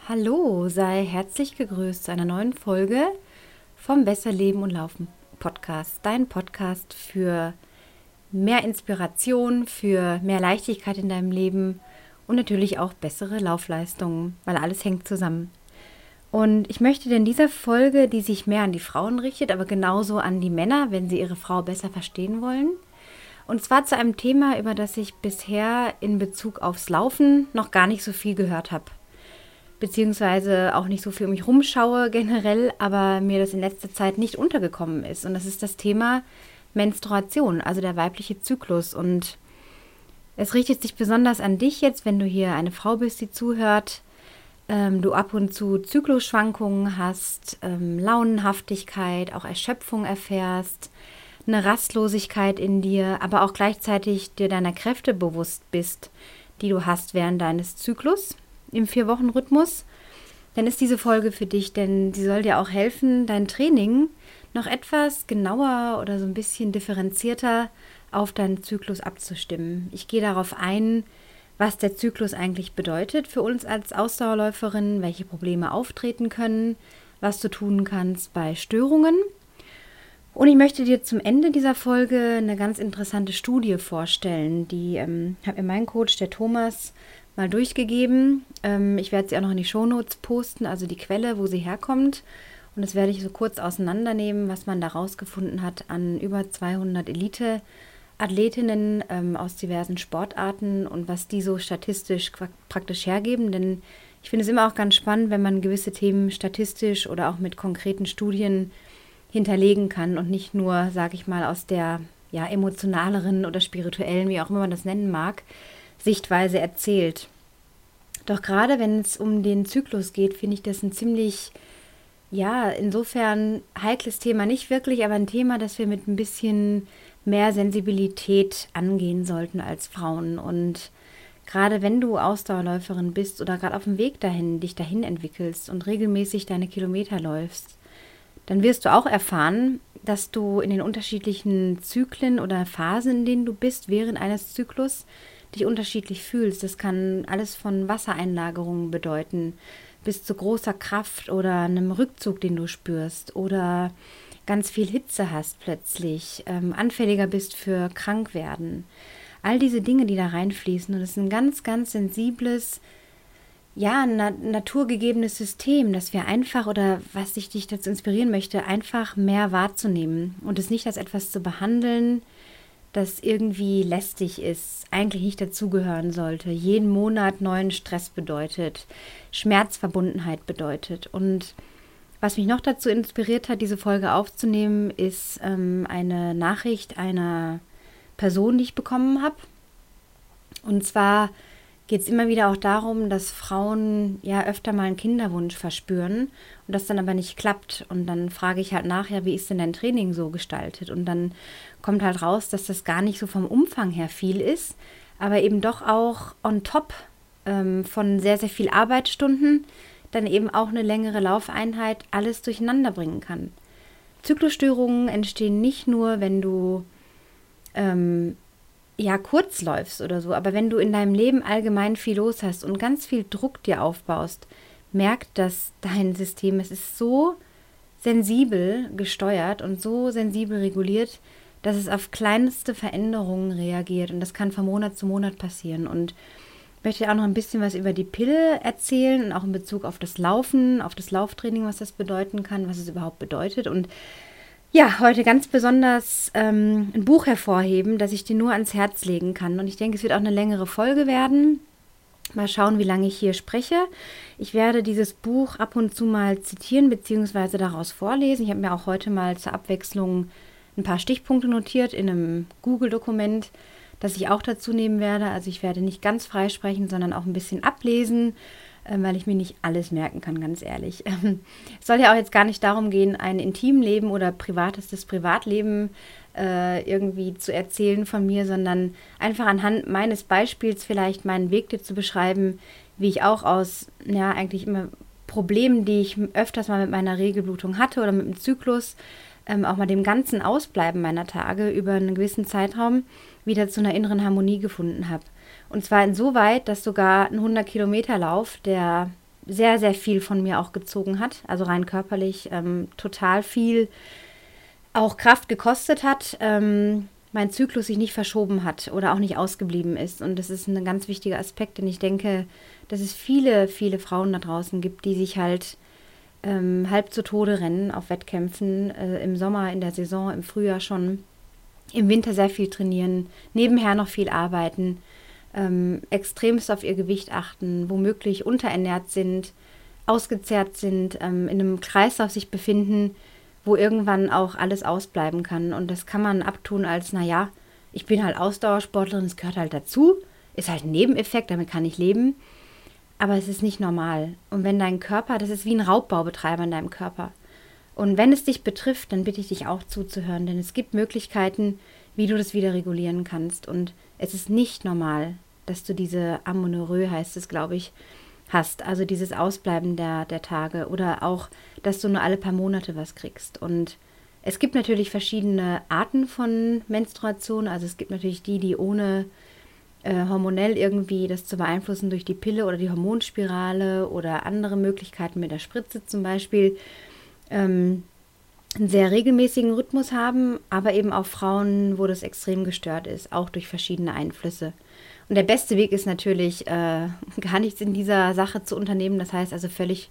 Hallo, sei herzlich gegrüßt zu einer neuen Folge vom Besser Leben und Laufen Podcast. Dein Podcast für mehr Inspiration, für mehr Leichtigkeit in deinem Leben und natürlich auch bessere Laufleistungen, weil alles hängt zusammen. Und ich möchte dir in dieser Folge, die sich mehr an die Frauen richtet, aber genauso an die Männer, wenn sie ihre Frau besser verstehen wollen. Und zwar zu einem Thema, über das ich bisher in Bezug aufs Laufen noch gar nicht so viel gehört habe. Beziehungsweise auch nicht so viel um mich rumschaue generell, aber mir das in letzter Zeit nicht untergekommen ist. Und das ist das Thema Menstruation, also der weibliche Zyklus. Und es richtet sich besonders an dich jetzt, wenn du hier eine Frau bist, die zuhört, du ab und zu Zyklusschwankungen hast, Launenhaftigkeit, auch Erschöpfung erfährst, eine Rastlosigkeit in dir, aber auch gleichzeitig dir deiner Kräfte bewusst bist, die du hast während deines Zyklus im 4-Wochen-Rhythmus, dann ist diese Folge für dich, denn sie soll dir auch helfen, dein Training noch etwas genauer oder so ein bisschen differenzierter auf deinen Zyklus abzustimmen. Ich gehe darauf ein, was der Zyklus eigentlich bedeutet für uns als Ausdauerläuferin, welche Probleme auftreten können, was du tun kannst bei Störungen. Und ich möchte dir zum Ende dieser Folge eine ganz interessante Studie vorstellen, die hat mir mein Coach, der Thomas, mal durchgegeben. Ich werde sie auch noch in die Shownotes posten, also die Quelle, wo sie herkommt. Und das werde ich so kurz auseinandernehmen, was man da rausgefunden hat an über 200 Elite-Athletinnen aus diversen Sportarten und was die so statistisch praktisch hergeben. Denn ich finde es immer auch ganz spannend, wenn man gewisse Themen statistisch oder auch mit konkreten Studien hinterlegen kann und nicht nur, sage ich mal, aus der emotionaleren oder spirituellen, wie auch immer man das nennen mag, Sichtweise erzählt. Doch gerade wenn es um den Zyklus geht, finde ich das ein ziemlich, insofern heikles Thema. Nicht wirklich, aber ein Thema, das wir mit ein bisschen mehr Sensibilität angehen sollten als Frauen. Und gerade wenn du Ausdauerläuferin bist oder gerade auf dem Weg dahin, dich dahin entwickelst und regelmäßig deine Kilometer läufst, dann wirst du auch erfahren, dass du in den unterschiedlichen Zyklen oder Phasen, in denen du bist, während eines Zyklus, dich unterschiedlich fühlst. Das kann alles von Wassereinlagerungen bedeuten, bis zu großer Kraft oder einem Rückzug, den du spürst oder ganz viel Hitze hast plötzlich, anfälliger bist für Krankwerden. All diese Dinge, die da reinfließen, und es ist ein ganz, ganz sensibles, naturgegebenes System, dass wir einfach, oder was ich dich dazu inspirieren möchte, einfach mehr wahrzunehmen und es nicht als etwas zu behandeln, das irgendwie lästig ist, eigentlich nicht dazugehören sollte, jeden Monat neuen Stress bedeutet, Schmerzverbundenheit bedeutet. Und was mich noch dazu inspiriert hat, diese Folge aufzunehmen, ist eine Nachricht einer Person, die ich bekommen habe. Und zwar geht es immer wieder auch darum, dass Frauen öfter mal einen Kinderwunsch verspüren und das dann aber nicht klappt. Und dann frage ich halt nach, wie ist denn dein Training so gestaltet? Und dann kommt halt raus, dass das gar nicht so vom Umfang her viel ist, aber eben doch auch on top von sehr, sehr viel Arbeitsstunden dann eben auch eine längere Laufeinheit alles durcheinander bringen kann. Zyklusstörungen entstehen nicht nur, wenn du kurz läufst oder so, aber wenn du in deinem Leben allgemein viel los hast und ganz viel Druck dir aufbaust, merkt das dein System, es ist so sensibel gesteuert und so sensibel reguliert, dass es auf kleinste Veränderungen reagiert und das kann von Monat zu Monat passieren. Und ich möchte auch noch ein bisschen was über die Pille erzählen und auch in Bezug auf das Laufen, auf das Lauftraining, was das bedeuten kann, was es überhaupt bedeutet. Und heute ganz besonders ein Buch hervorheben, das ich dir nur ans Herz legen kann. Und ich denke, es wird auch eine längere Folge werden. Mal schauen, wie lange ich hier spreche. Ich werde dieses Buch ab und zu mal zitieren bzw. daraus vorlesen. Ich habe mir auch heute mal zur Abwechslung ein paar Stichpunkte notiert in einem Google-Dokument, das ich auch dazu nehmen werde. Also ich werde nicht ganz frei sprechen, sondern auch ein bisschen ablesen, weil ich mir nicht alles merken kann, ganz ehrlich. Es soll ja auch jetzt gar nicht darum gehen, ein Intimleben oder privatestes Privatleben irgendwie zu erzählen von mir, sondern einfach anhand meines Beispiels vielleicht meinen Weg dir zu beschreiben, wie ich auch aus, eigentlich immer Problemen, die ich öfters mal mit meiner Regelblutung hatte oder mit dem Zyklus, auch mal dem ganzen Ausbleiben meiner Tage über einen gewissen Zeitraum wieder zu einer inneren Harmonie gefunden habe. Und zwar insoweit, dass sogar ein 100-Kilometer-Lauf, der sehr, sehr viel von mir auch gezogen hat, also rein körperlich total viel auch Kraft gekostet hat, mein Zyklus sich nicht verschoben hat oder auch nicht ausgeblieben ist. Und das ist ein ganz wichtiger Aspekt, denn ich denke, dass es viele, viele Frauen da draußen gibt, die sich halt halb zu Tode rennen auf Wettkämpfen, im Sommer, in der Saison, im Frühjahr schon, im Winter sehr viel trainieren, nebenher noch viel arbeiten, extremst auf ihr Gewicht achten, womöglich unterernährt sind, ausgezehrt sind, in einem Kreislauf sich befinden, wo irgendwann auch alles ausbleiben kann. Und das kann man abtun als, naja, ich bin halt Ausdauersportlerin, es gehört halt dazu, ist halt ein Nebeneffekt, damit kann ich leben. Aber es ist nicht normal. Und wenn dein Körper, das ist wie ein Raubbaubetreiber in deinem Körper. Und wenn es dich betrifft, dann bitte ich dich auch zuzuhören, denn es gibt Möglichkeiten, wie du das wieder regulieren kannst. Und es ist nicht normal, dass du diese Amenorrhoe, heißt es, glaube ich, hast. Also dieses Ausbleiben der Tage oder auch, dass du nur alle paar Monate was kriegst. Und es gibt natürlich verschiedene Arten von Menstruation. Also es gibt natürlich die ohne hormonell irgendwie das zu beeinflussen durch die Pille oder die Hormonspirale oder andere Möglichkeiten mit der Spritze zum Beispiel, einen sehr regelmäßigen Rhythmus haben, aber eben auch Frauen, wo das extrem gestört ist, auch durch verschiedene Einflüsse. Und der beste Weg ist natürlich, gar nichts in dieser Sache zu unternehmen. Das heißt also völlig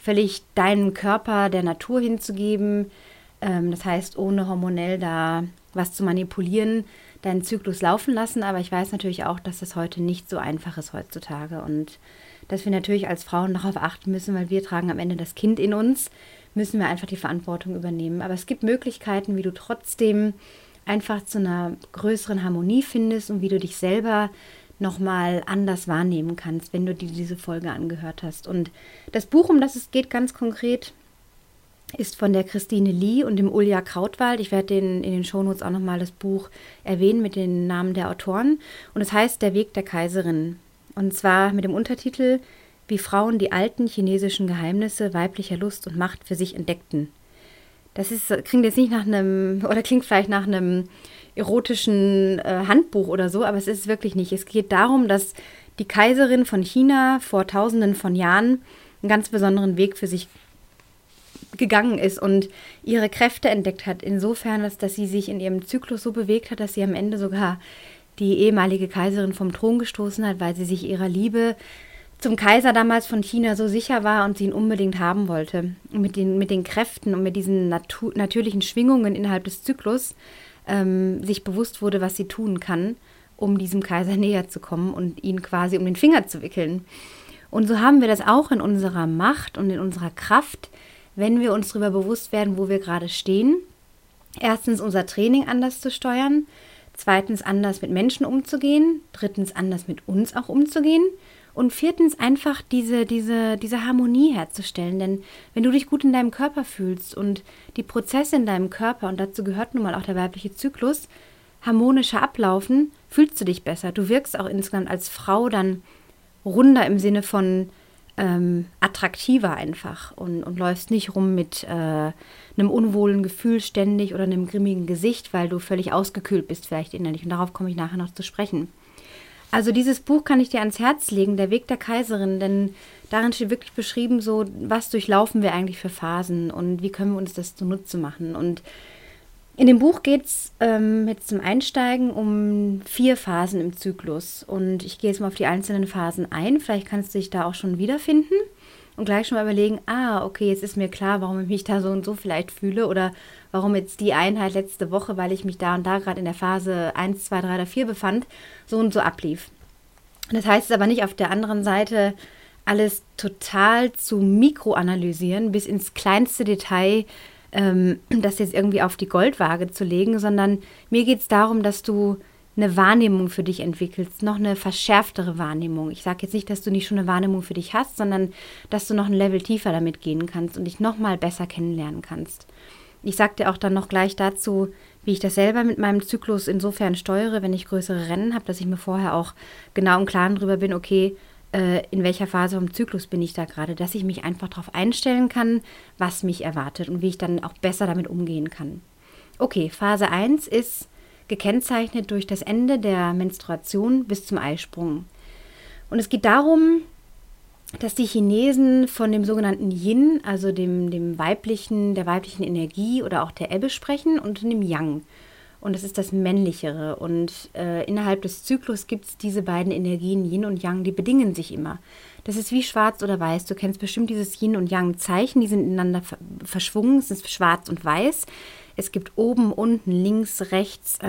deinen Körper der Natur hinzugeben. Das heißt, ohne hormonell da was zu manipulieren, deinen Zyklus laufen lassen. Aber ich weiß natürlich auch, dass das heute nicht so einfach ist heutzutage. Und dass wir natürlich als Frauen darauf achten müssen, weil wir tragen am Ende das Kind in uns, müssen wir einfach die Verantwortung übernehmen. Aber es gibt Möglichkeiten, wie du trotzdem einfach zu einer größeren Harmonie findest und wie du dich selber nochmal anders wahrnehmen kannst, wenn du dir diese Folge angehört hast. Und das Buch, um das es geht, ganz konkret, ist von der Christine Lee und dem Ulja Krautwald. Ich werde in den Shownotes auch nochmal das Buch erwähnen mit den Namen der Autoren. Und es heißt Der Weg der Kaiserin. Und zwar mit dem Untertitel Wie Frauen die alten chinesischen Geheimnisse weiblicher Lust und Macht für sich entdeckten. Das klingt jetzt nicht nach einem, oder klingt vielleicht nach einem erotischen Handbuch oder so, aber es ist es wirklich nicht. Es geht darum, dass die Kaiserin von China vor Tausenden von Jahren einen ganz besonderen Weg für sich gegangen ist und ihre Kräfte entdeckt hat. Insofern, dass sie sich in ihrem Zyklus so bewegt hat, dass sie am Ende sogar die ehemalige Kaiserin vom Thron gestoßen hat, weil sie sich ihrer Liebe zum Kaiser damals von China so sicher war und sie ihn unbedingt haben wollte. Und mit den Kräften und mit diesen natürlichen Schwingungen innerhalb des Zyklus sich bewusst wurde, was sie tun kann, um diesem Kaiser näher zu kommen und ihn quasi um den Finger zu wickeln. Und so haben wir das auch in unserer Macht und in unserer Kraft, wenn wir uns darüber bewusst werden, wo wir gerade stehen. Erstens unser Training anders zu steuern, zweitens anders mit Menschen umzugehen, drittens anders mit uns auch umzugehen und viertens einfach diese Harmonie herzustellen. Denn wenn du dich gut in deinem Körper fühlst und die Prozesse in deinem Körper, und dazu gehört nun mal auch der weibliche Zyklus, harmonischer ablaufen, fühlst du dich besser. Du wirkst auch insgesamt als Frau dann runder im Sinne von attraktiver einfach und läufst nicht rum mit einem unwohlen Gefühl ständig oder einem grimmigen Gesicht, weil du völlig ausgekühlt bist vielleicht innerlich. Und darauf komme ich nachher noch zu sprechen. Also dieses Buch kann ich dir ans Herz legen, Der Weg der Kaiserin, denn darin steht wirklich beschrieben, so was durchlaufen wir eigentlich für Phasen und wie können wir uns das zunutze machen. Und in dem Buch geht es jetzt zum Einsteigen um 4 Phasen im Zyklus. Und ich gehe jetzt mal auf die einzelnen Phasen ein. Vielleicht kannst du dich da auch schon wiederfinden und gleich schon mal überlegen, okay, jetzt ist mir klar, warum ich mich da so und so vielleicht fühle oder warum jetzt die Einheit letzte Woche, weil ich mich da und da gerade in der Phase 1, 2, 3 oder 4 befand, so und so ablief. Das heißt aber nicht auf der anderen Seite alles total zu mikroanalysieren, bis ins kleinste Detail, das jetzt irgendwie auf die Goldwaage zu legen, sondern mir geht es darum, dass du eine Wahrnehmung für dich entwickelst, noch eine verschärftere Wahrnehmung. Ich sage jetzt nicht, dass du nicht schon eine Wahrnehmung für dich hast, sondern dass du noch ein Level tiefer damit gehen kannst und dich noch mal besser kennenlernen kannst. Ich sage dir auch dann noch gleich dazu, wie ich das selber mit meinem Zyklus insofern steuere, wenn ich größere Rennen habe, dass ich mir vorher auch genau im Klaren darüber bin, okay, in welcher Phase vom Zyklus bin ich da gerade, dass ich mich einfach darauf einstellen kann, was mich erwartet und wie ich dann auch besser damit umgehen kann. Okay, Phase 1 ist gekennzeichnet durch das Ende der Menstruation bis zum Eisprung. Und es geht darum, dass die Chinesen von dem sogenannten Yin, also der weiblichen Energie oder auch der Ebbe sprechen und dem Yang. Und das ist das Männlichere. Und innerhalb des Zyklus gibt es diese beiden Energien, Yin und Yang, die bedingen sich immer. Das ist wie schwarz oder weiß. Du kennst bestimmt dieses Yin und Yang-Zeichen, die sind ineinander verschwungen. Es ist schwarz und weiß. Es gibt oben, unten, links, rechts,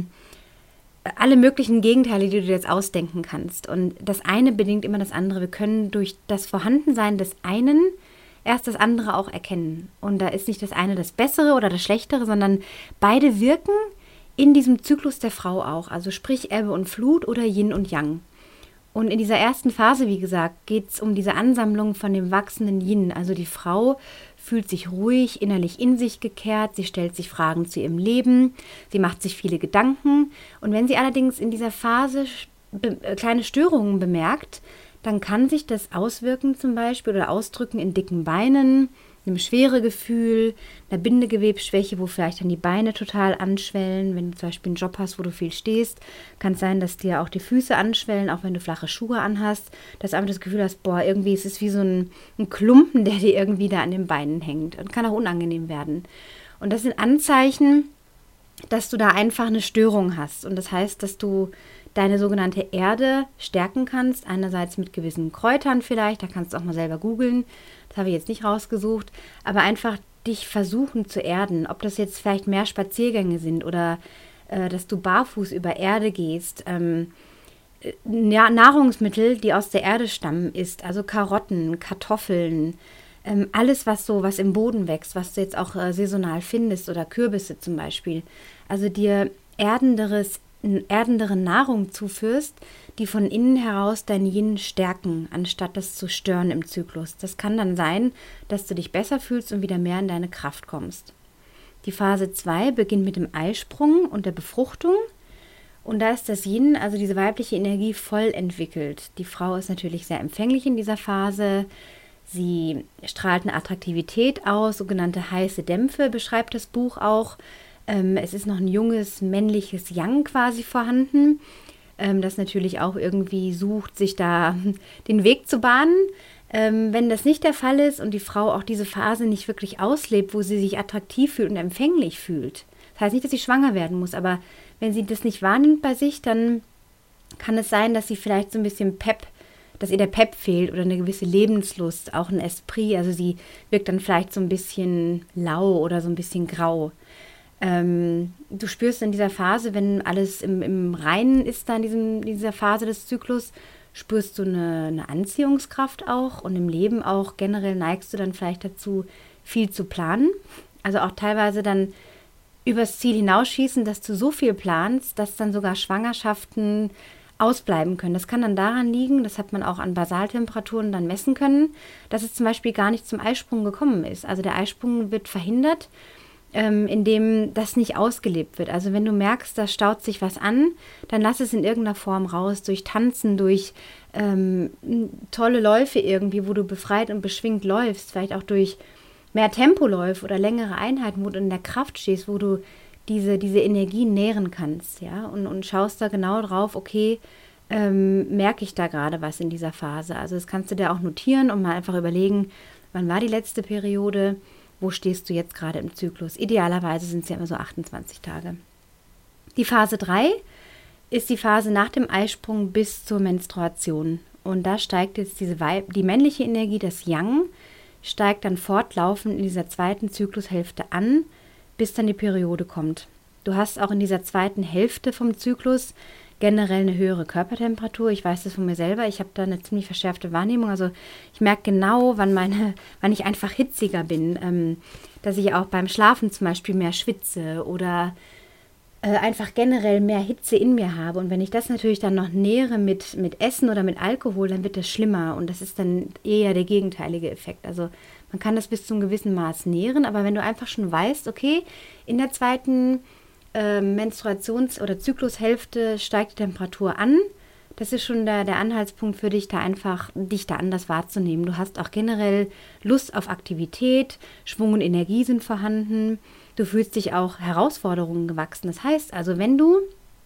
alle möglichen Gegenteile, die du dir jetzt ausdenken kannst. Und das eine bedingt immer das andere. Wir können durch das Vorhandensein des einen erst das andere auch erkennen. Und da ist nicht das eine das Bessere oder das Schlechtere, sondern beide wirken in diesem Zyklus der Frau auch. Also sprich Ebbe und Flut oder Yin und Yang. Und in dieser ersten Phase, wie gesagt, geht es um diese Ansammlung von dem wachsenden Yin. Also die Frau fühlt sich ruhig, innerlich in sich gekehrt, sie stellt sich Fragen zu ihrem Leben, sie macht sich viele Gedanken. Und wenn sie allerdings in dieser Phase kleine Störungen bemerkt, dann kann sich das auswirken zum Beispiel oder ausdrücken in dicken Beinen, einem Schweregefühl, einer Bindegewebsschwäche, wo vielleicht dann die Beine total anschwellen. Wenn du zum Beispiel einen Job hast, wo du viel stehst, kann es sein, dass dir auch die Füße anschwellen, auch wenn du flache Schuhe anhast, dass du einfach das Gefühl hast, boah, irgendwie ist es wie so ein Klumpen, der dir irgendwie da an den Beinen hängt und kann auch unangenehm werden. Und das sind Anzeichen, dass du da einfach eine Störung hast. Und das heißt, dass du deine sogenannte Erde stärken kannst. Einerseits mit gewissen Kräutern vielleicht, da kannst du auch mal selber googeln. Das habe ich jetzt nicht rausgesucht. Aber einfach dich versuchen zu erden. Ob das jetzt vielleicht mehr Spaziergänge sind oder dass du barfuß über Erde gehst. Nahrungsmittel, die aus der Erde stammen, isst. Also Karotten, Kartoffeln, alles, was im Boden wächst, was du jetzt auch saisonal findest oder Kürbisse zum Beispiel. Also dir erdendere Nahrung zuführst, die von innen heraus dein Yin stärken, anstatt das zu stören im Zyklus. Das kann dann sein, dass du dich besser fühlst und wieder mehr in deine Kraft kommst. Die Phase 2 beginnt mit dem Eisprung und der Befruchtung. Und da ist das Yin, also diese weibliche Energie, voll entwickelt. Die Frau ist natürlich sehr empfänglich in dieser Phase. Sie strahlt eine Attraktivität aus, sogenannte heiße Dämpfe beschreibt das Buch auch. Es ist noch ein junges, männliches Yang quasi vorhanden, das natürlich auch irgendwie sucht, sich da den Weg zu bahnen. Wenn das nicht der Fall ist und die Frau auch diese Phase nicht wirklich auslebt, wo sie sich attraktiv fühlt und empfänglich fühlt, das heißt nicht, dass sie schwanger werden muss, aber wenn sie das nicht wahrnimmt bei sich, dann kann es sein, dass sie vielleicht so ein bisschen dass ihr der Pep fehlt oder eine gewisse Lebenslust, auch ein Esprit. Also sie wirkt dann vielleicht so ein bisschen lau oder so ein bisschen grau. Du spürst in dieser Phase, wenn alles im Reinen ist, da in dieser Phase des Zyklus, spürst du eine Anziehungskraft auch und im Leben auch generell neigst du dann vielleicht dazu, viel zu planen. Also auch teilweise dann übers Ziel hinausschießen, dass du so viel planst, dass dann sogar Schwangerschaften ausbleiben können. Das kann dann daran liegen, das hat man auch an Basaltemperaturen dann messen können, dass es zum Beispiel gar nicht zum Eisprung gekommen ist. Also der Eisprung wird verhindert, indem das nicht ausgelebt wird. Also wenn du merkst, da staut sich was an, dann lass es in irgendeiner Form raus, durch Tanzen, durch tolle Läufe irgendwie, wo du befreit und beschwingt läufst, vielleicht auch durch mehr Tempoläufe oder längere Einheiten, wo du in der Kraft stehst, wo du diese Energie nähren kannst, ja, und schaust da genau drauf, okay, merke ich da gerade was in dieser Phase. Also das kannst du dir auch notieren und mal einfach überlegen, wann war die letzte Periode, wo stehst du jetzt gerade im Zyklus? Idealerweise sind es ja immer so 28 Tage. Die Phase 3 ist die Phase nach dem Eisprung bis zur Menstruation. Und da steigt jetzt die männliche Energie, das Yang, steigt dann fortlaufend in dieser zweiten Zyklushälfte an, bis dann die Periode kommt. Du hast auch in dieser zweiten Hälfte vom Zyklus generell eine höhere Körpertemperatur. Ich weiß das von mir selber. Ich habe da eine ziemlich verschärfte Wahrnehmung. Also ich merke genau, wann ich einfach hitziger bin. Dass ich auch beim Schlafen zum Beispiel mehr schwitze oder einfach generell mehr Hitze in mir habe. Und wenn ich das natürlich dann noch nähere mit Essen oder mit Alkohol, dann wird das schlimmer. Und das ist dann eher der gegenteilige Effekt. Also man kann das bis zu einem gewissen Maß nähren. Aber wenn du einfach schon weißt, okay, in der zweiten Menstruations- oder Zyklushälfte steigt die Temperatur an. Das ist schon der Anhaltspunkt für dich, dich da anders wahrzunehmen. Du hast auch generell Lust auf Aktivität, Schwung und Energie sind vorhanden. Du fühlst dich auch Herausforderungen gewachsen. Das heißt also, wenn du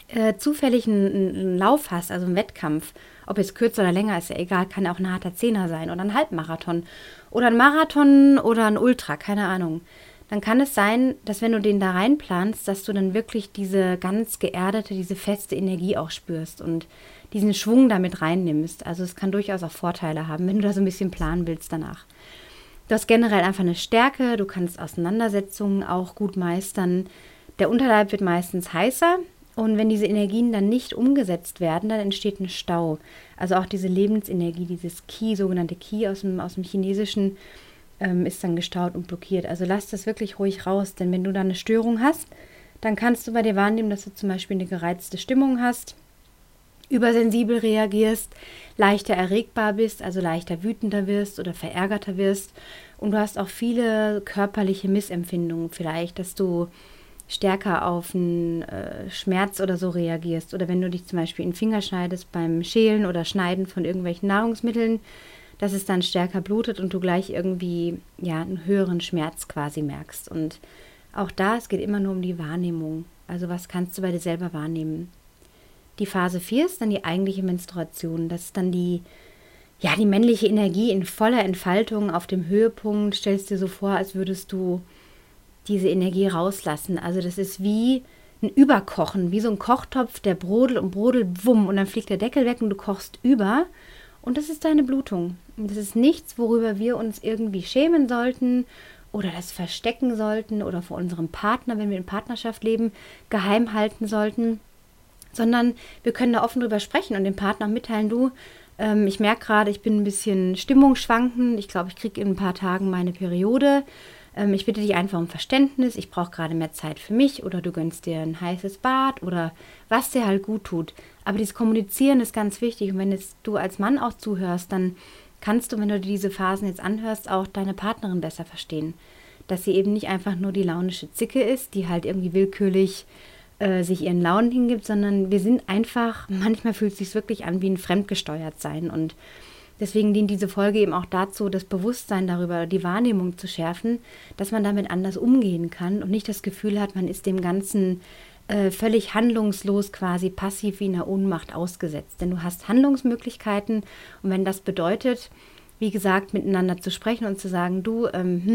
zufällig einen Lauf hast, also einen Wettkampf, ob jetzt kürzer oder länger, ist ja egal, kann ja auch ein harter Zehner sein oder ein Halbmarathon oder ein Marathon oder ein Ultra, keine Ahnung. Dann kann es sein, dass wenn du den da reinplanst, dass du dann wirklich diese ganz geerdete, diese feste Energie auch spürst und diesen Schwung damit reinnimmst. Also es kann durchaus auch Vorteile haben, wenn du da so ein bisschen planen willst danach. Du hast generell einfach eine Stärke, du kannst Auseinandersetzungen auch gut meistern. Der Unterleib wird meistens heißer und wenn diese Energien dann nicht umgesetzt werden, dann entsteht ein Stau. Also auch diese Lebensenergie, dieses Qi, sogenannte Qi aus dem Chinesischen, ist dann gestaut und blockiert. Also lass das wirklich ruhig raus, denn wenn du da eine Störung hast, dann kannst du bei dir wahrnehmen, dass du zum Beispiel eine gereizte Stimmung hast, übersensibel reagierst, leichter erregbar bist, also leichter wütender wirst oder verärgerter wirst. Und du hast auch viele körperliche Missempfindungen vielleicht, dass du stärker auf einen Schmerz oder so reagierst. Oder wenn du dich zum Beispiel in den Finger schneidest beim Schälen oder Schneiden von irgendwelchen Nahrungsmitteln, dass es dann stärker blutet und du gleich irgendwie einen höheren Schmerz quasi merkst. Und auch da, es geht immer nur um die Wahrnehmung. Also was kannst du bei dir selber wahrnehmen? Die Phase 4 ist dann die eigentliche Menstruation. Das ist dann die männliche Energie in voller Entfaltung auf dem Höhepunkt. Stellst dir so vor, als würdest du diese Energie rauslassen. Also das ist wie ein Überkochen, wie so ein Kochtopf, der brodelt und brodelt, wumm, und dann fliegt der Deckel weg und du kochst über. Und das ist deine Blutung. Und das ist nichts, worüber wir uns irgendwie schämen sollten oder das verstecken sollten oder vor unserem Partner, wenn wir in Partnerschaft leben, geheim halten sollten, sondern wir können da offen drüber sprechen und dem Partner auch mitteilen, du, ich merke gerade, ich bin ein bisschen stimmungsschwankend, ich glaube, ich kriege in ein paar Tagen meine Periode, ich bitte dich einfach um Verständnis, ich brauche gerade mehr Zeit für mich oder du gönnst dir ein heißes Bad oder was dir halt gut tut. Aber dieses Kommunizieren ist ganz wichtig und wenn jetzt du als Mann auch zuhörst, dann kannst du, wenn du dir diese Phasen jetzt anhörst, auch deine Partnerin besser verstehen. Dass sie eben nicht einfach nur die launische Zicke ist, die halt irgendwie willkürlich sich ihren Launen hingibt, sondern wir sind einfach, manchmal fühlt es sich wirklich an wie ein Fremdgesteuertsein und deswegen dient diese Folge eben auch dazu, das Bewusstsein darüber, die Wahrnehmung zu schärfen, dass man damit anders umgehen kann und nicht das Gefühl hat, man ist dem Ganzen völlig handlungslos, quasi passiv wie in einer Ohnmacht ausgesetzt. Denn du hast Handlungsmöglichkeiten und wenn das bedeutet, wie gesagt, miteinander zu sprechen und zu sagen, du,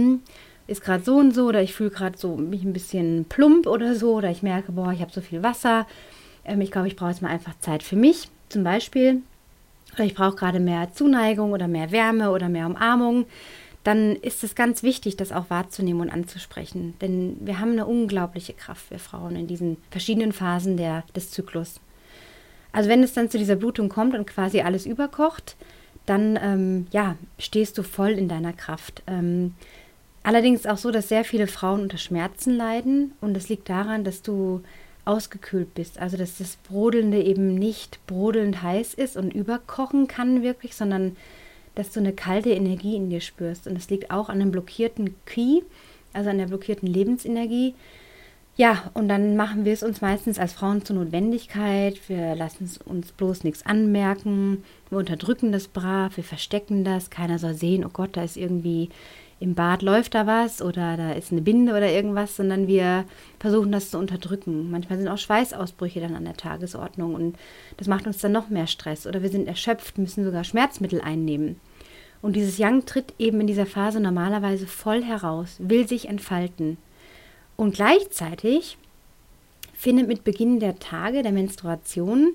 ist gerade so und so oder ich fühle gerade so mich ein bisschen plump oder so oder ich merke, boah, ich habe so viel Wasser, ich glaube, ich brauche jetzt mal einfach Zeit für mich zum Beispiel oder ich brauche gerade mehr Zuneigung oder mehr Wärme oder mehr Umarmung, dann ist es ganz wichtig, das auch wahrzunehmen und anzusprechen. Denn wir haben eine unglaubliche Kraft, wir Frauen, in diesen verschiedenen Phasen des Zyklus. Also wenn es dann zu dieser Blutung kommt und quasi alles überkocht, dann stehst du voll in deiner Kraft. Allerdings auch so, dass sehr viele Frauen unter Schmerzen leiden und das liegt daran, dass du ausgekühlt bist. Also dass das Brodelnde eben nicht brodelnd heiß ist und überkochen kann wirklich, sondern dass du eine kalte Energie in dir spürst. Und das liegt auch an einem blockierten Qi, also an der blockierten Lebensenergie. Ja, und dann machen wir es uns meistens als Frauen zur Notwendigkeit. Wir lassen uns bloß nichts anmerken. Wir unterdrücken das brav, wir verstecken das. Keiner soll sehen, oh Gott, da ist irgendwie im Bad läuft da was oder da ist eine Binde oder irgendwas, sondern wir versuchen das zu unterdrücken. Manchmal sind auch Schweißausbrüche dann an der Tagesordnung und das macht uns dann noch mehr Stress. Oder wir sind erschöpft, müssen sogar Schmerzmittel einnehmen. Und dieses Yang tritt eben in dieser Phase normalerweise voll heraus, will sich entfalten. Und gleichzeitig findet mit Beginn der Tage der Menstruation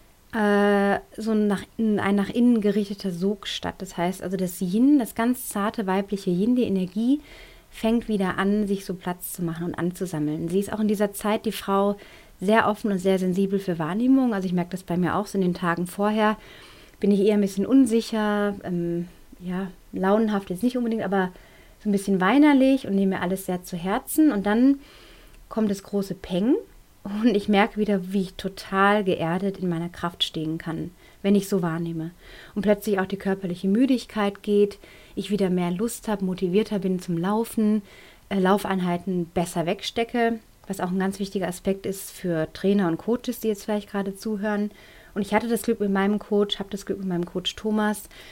so ein nach innen gerichteter Sog statt. Das heißt also, das Yin, das ganz zarte weibliche Yin, die Energie, fängt wieder an, sich so Platz zu machen und anzusammeln. Sie ist auch in dieser Zeit die Frau sehr offen und sehr sensibel für Wahrnehmung. Also ich merke das bei mir auch so in den Tagen vorher. Bin ich eher ein bisschen unsicher, launenhaft jetzt nicht unbedingt, aber so ein bisschen weinerlich und nehme mir alles sehr zu Herzen. Und dann kommt das große Peng. Und ich merke wieder, wie ich total geerdet in meiner Kraft stehen kann, wenn ich so wahrnehme. Und plötzlich auch die körperliche Müdigkeit geht, ich wieder mehr Lust habe, motivierter bin zum Laufen, Laufeinheiten besser wegstecke, was auch ein ganz wichtiger Aspekt ist für Trainer und Coaches, die jetzt vielleicht gerade zuhören. Und ich hatte das Glück mit meinem Coach, habe das Glück mit meinem Coach Thomas,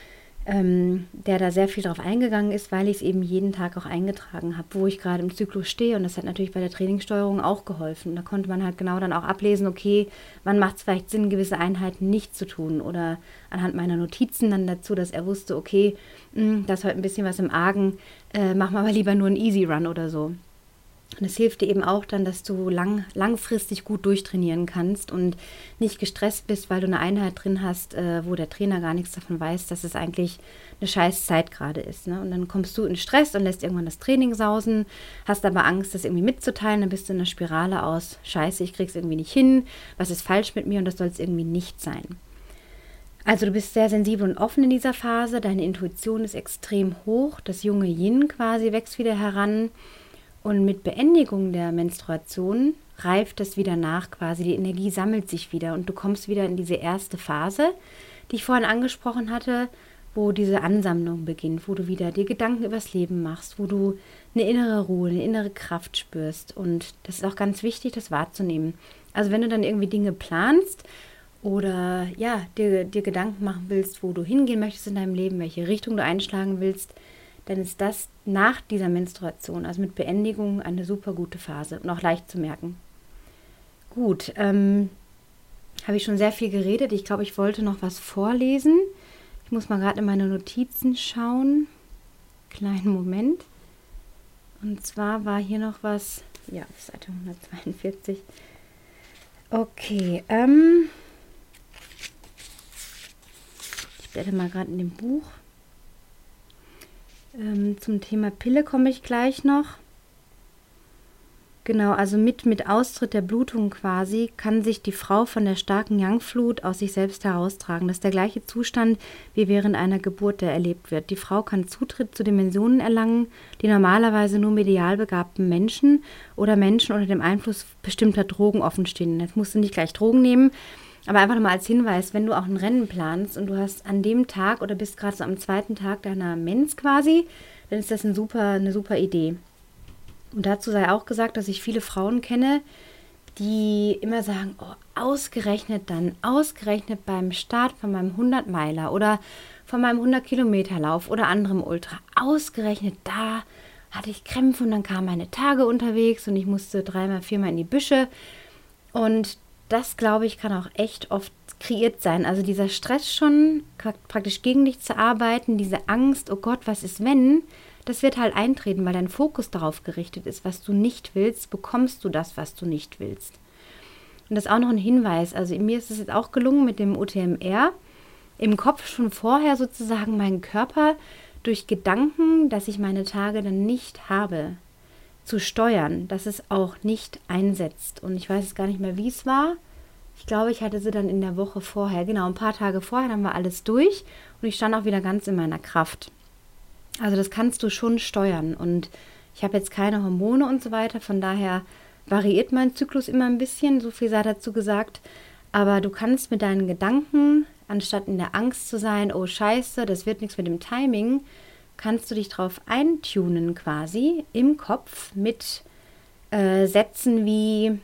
der da sehr viel drauf eingegangen ist, weil ich es eben jeden Tag auch eingetragen habe, wo ich gerade im Zyklus stehe. Und das hat natürlich bei der Trainingssteuerung auch geholfen. Da konnte man halt genau dann auch ablesen, okay, wann macht es vielleicht Sinn, gewisse Einheiten nicht zu tun. Oder anhand meiner Notizen dann dazu, dass er wusste, okay, da ist heute ein bisschen was im Argen, machen wir aber lieber nur einen Easy Run oder so. Und es hilft dir eben auch dann, dass du langfristig gut durchtrainieren kannst und nicht gestresst bist, weil du eine Einheit drin hast, wo der Trainer gar nichts davon weiß, dass es eigentlich eine scheiß Zeit gerade ist. Ne? Und dann kommst du in Stress und lässt irgendwann das Training sausen, hast aber Angst, das irgendwie mitzuteilen, dann bist du in einer Spirale aus, scheiße, ich krieg's irgendwie nicht hin, was ist falsch mit mir und das soll es irgendwie nicht sein. Also du bist sehr sensibel und offen in dieser Phase, deine Intuition ist extrem hoch, das junge Yin quasi wächst wieder heran. Und mit Beendigung der Menstruation reift das wieder nach quasi, die Energie sammelt sich wieder und du kommst wieder in diese erste Phase, die ich vorhin angesprochen hatte, wo diese Ansammlung beginnt, wo du wieder dir Gedanken übers Leben machst, wo du eine innere Ruhe, eine innere Kraft spürst. Und das ist auch ganz wichtig, das wahrzunehmen. Also wenn du dann irgendwie Dinge planst oder ja, dir Gedanken machen willst, wo du hingehen möchtest in deinem Leben, welche Richtung du einschlagen willst, dann ist das nach dieser Menstruation, also mit Beendigung, eine super gute Phase und auch leicht zu merken. Gut, habe ich schon sehr viel geredet. Ich glaube, ich wollte noch was vorlesen. Ich muss mal gerade in meine Notizen schauen. Kleinen Moment. Und zwar war hier noch was, ja, auf Seite 142. Okay, ich blätter mal gerade in dem Buch. Zum Thema Pille komme ich gleich noch. Genau, also mit Austritt der Blutung quasi kann sich die Frau von der starken Yang-Flut aus sich selbst heraustragen. Das ist der gleiche Zustand, wie während einer Geburt, der erlebt wird. Die Frau kann Zutritt zu Dimensionen erlangen, die normalerweise nur medial begabten Menschen oder Menschen unter dem Einfluss bestimmter Drogen offenstehen. Jetzt musst du nicht gleich Drogen nehmen, aber einfach nochmal als Hinweis, wenn du auch ein Rennen planst und du hast an dem Tag oder bist gerade so am zweiten Tag deiner Mens quasi, dann ist das eine super Idee. Und dazu sei auch gesagt, dass ich viele Frauen kenne, die immer sagen, oh, ausgerechnet beim Start von meinem 100-Meiler oder von meinem 100-Kilometer-Lauf oder anderem Ultra, ausgerechnet da hatte ich Krämpfe und dann kamen meine Tage unterwegs und ich musste 3-mal, 4-mal in die Büsche. Und das, glaube ich, kann auch echt oft kreiert sein. Also dieser Stress schon, praktisch gegen dich zu arbeiten, diese Angst, oh Gott, was ist wenn? Das wird halt eintreten, weil dein Fokus darauf gerichtet ist, was du nicht willst, bekommst du das, was du nicht willst. Und das ist auch noch ein Hinweis. Also mir ist es jetzt auch gelungen mit dem UTMR, im Kopf schon vorher sozusagen meinen Körper durch Gedanken, dass ich meine Tage dann nicht habe, zu steuern, dass es auch nicht einsetzt. Und ich weiß jetzt gar nicht mehr, wie es war. Ich glaube, ich hatte sie dann in der Woche vorher, genau, ein paar Tage vorher, dann war alles durch und ich stand auch wieder ganz in meiner Kraft. Also das kannst du schon steuern und ich habe jetzt keine Hormone und so weiter, von daher variiert mein Zyklus immer ein bisschen, so viel sei dazu gesagt, aber du kannst mit deinen Gedanken, anstatt in der Angst zu sein, oh Scheiße, das wird nichts mit dem Timing, kannst du dich drauf eintunen quasi im Kopf mit Sätzen wie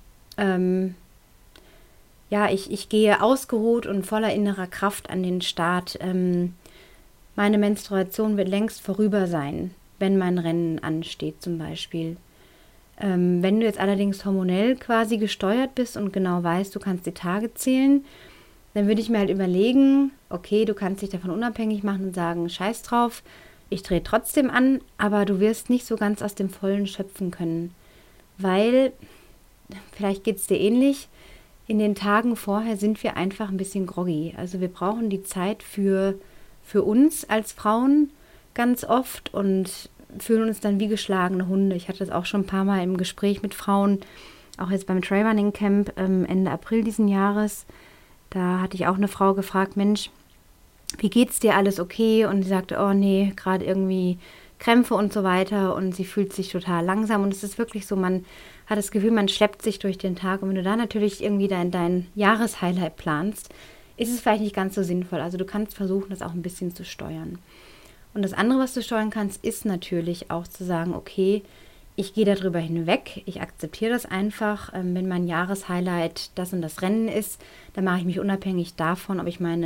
ich gehe ausgeruht und voller innerer Kraft an den Start. Meine Menstruation wird längst vorüber sein, wenn mein Rennen ansteht zum Beispiel. Wenn du jetzt allerdings hormonell quasi gesteuert bist und genau weißt, du kannst die Tage zählen, dann würde ich mir halt überlegen, okay, du kannst dich davon unabhängig machen und sagen, scheiß drauf, ich drehe trotzdem an, aber du wirst nicht so ganz aus dem Vollen schöpfen können, weil, vielleicht geht es dir ähnlich, in den Tagen vorher sind wir einfach ein bisschen groggy. Also wir brauchen die Zeit für uns als Frauen ganz oft und fühlen uns dann wie geschlagene Hunde. Ich hatte das auch schon ein paar Mal im Gespräch mit Frauen, auch jetzt beim Trailrunning Camp Ende April diesen Jahres. Da hatte ich auch eine Frau gefragt, Mensch, wie geht's dir, alles okay? Und sie sagte, oh nee, gerade irgendwie Krämpfe und so weiter und sie fühlt sich total langsam und es ist wirklich so, man hat das Gefühl, man schleppt sich durch den Tag und wenn du da natürlich irgendwie dein Jahreshighlight planst, ist es vielleicht nicht ganz so sinnvoll. Also du kannst versuchen, das auch ein bisschen zu steuern. Und das andere, was du steuern kannst, ist natürlich auch zu sagen, okay, ich gehe darüber hinweg, ich akzeptiere das einfach. Wenn mein Jahreshighlight das und das Rennen ist, dann mache ich mich unabhängig davon, ob ich meine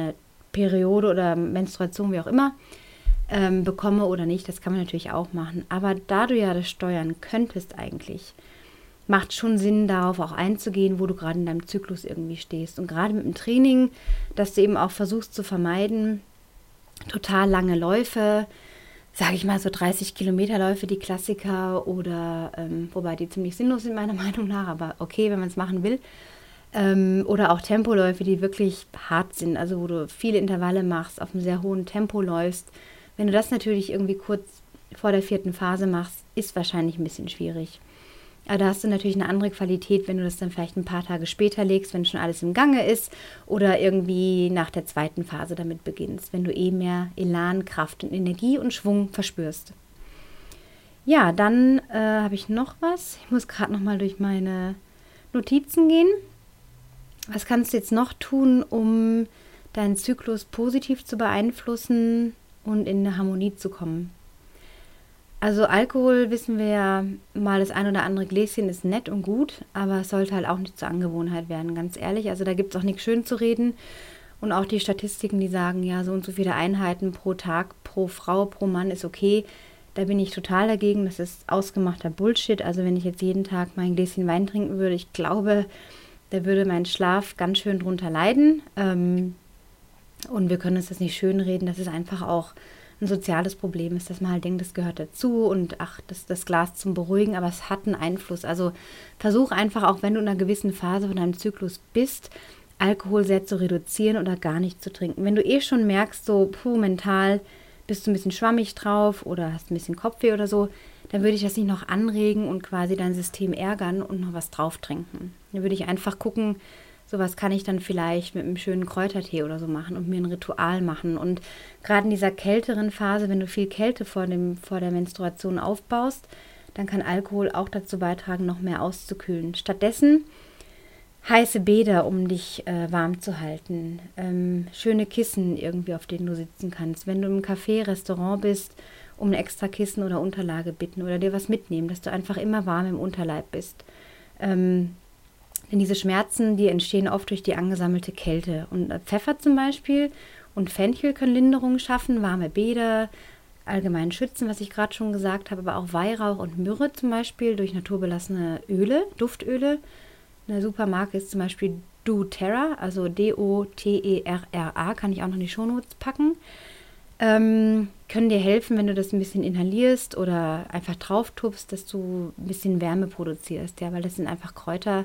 Periode oder Menstruation, wie auch immer, bekomme oder nicht. Das kann man natürlich auch machen. Aber da du ja das steuern könntest eigentlich, macht schon Sinn, darauf auch einzugehen, wo du gerade in deinem Zyklus irgendwie stehst. Und gerade mit dem Training, dass du eben auch versuchst zu vermeiden, total lange Läufe, sage ich mal so 30 Kilometer Läufe, die Klassiker oder, wobei die ziemlich sinnlos sind meiner Meinung nach, aber okay, wenn man es machen will. Oder auch Tempoläufe, die wirklich hart sind, also wo du viele Intervalle machst, auf einem sehr hohen Tempo läufst. Wenn du das natürlich irgendwie kurz vor der 4. Phase machst, ist wahrscheinlich ein bisschen schwierig. Aber da hast du natürlich eine andere Qualität, wenn du das dann vielleicht ein paar Tage später legst, wenn schon alles im Gange ist oder irgendwie nach der 2. Phase damit beginnst, wenn du mehr Elan, Kraft und Energie und Schwung verspürst. Ja, dann habe ich noch was. Ich muss gerade noch mal durch meine Notizen gehen. Was kannst du jetzt noch tun, um deinen Zyklus positiv zu beeinflussen und in eine Harmonie zu kommen? Also Alkohol, wissen wir ja, mal das ein oder andere Gläschen ist nett und gut, aber es sollte halt auch nicht zur Angewohnheit werden, ganz ehrlich. Also da gibt es auch nichts schön zu reden. Und auch die Statistiken, die sagen, ja, so und so viele Einheiten pro Tag, pro Frau, pro Mann ist okay. Da bin ich total dagegen. Das ist ausgemachter Bullshit. Also wenn ich jetzt jeden Tag mein Gläschen Wein trinken würde, ich glaube, da würde mein Schlaf ganz schön drunter leiden. Und wir können uns das nicht schönreden. Das ist einfach auch ein soziales Problem ist, dass man halt denkt, das gehört dazu und ach, das Glas zum Beruhigen, aber es hat einen Einfluss. Also versuch einfach, auch wenn du in einer gewissen Phase von deinem Zyklus bist, Alkohol sehr zu reduzieren oder gar nicht zu trinken. Wenn du schon merkst, so mental bist du ein bisschen schwammig drauf oder hast ein bisschen Kopfweh oder so, dann würde ich das nicht noch anregen und quasi dein System ärgern und noch was drauf trinken. Dann würde ich einfach gucken, sowas kann ich dann vielleicht mit einem schönen Kräutertee oder so machen und mir ein Ritual machen. Und gerade in dieser kälteren Phase, wenn du viel Kälte vor der Menstruation aufbaust, dann kann Alkohol auch dazu beitragen, noch mehr auszukühlen. Stattdessen heiße Bäder, um dich warm zu halten. Schöne Kissen irgendwie, auf denen du sitzen kannst. Wenn du im Café, Restaurant bist, um ein extra Kissen oder Unterlage bitten oder dir was mitnehmen, dass du einfach immer warm im Unterleib bist. Denn diese Schmerzen, die entstehen oft durch die angesammelte Kälte. Und Pfeffer zum Beispiel und Fenchel können Linderungen schaffen, warme Bäder, allgemein schützen, was ich gerade schon gesagt habe, aber auch Weihrauch und Myrrhe zum Beispiel durch naturbelassene Öle, Duftöle. Eine super Marke ist zum Beispiel doTERRA, also DOTERRA, kann ich auch noch in die Shownotes packen. Können dir helfen, wenn du das ein bisschen inhalierst oder einfach drauf tupst, dass du ein bisschen Wärme produzierst, ja, weil das sind einfach Kräuter,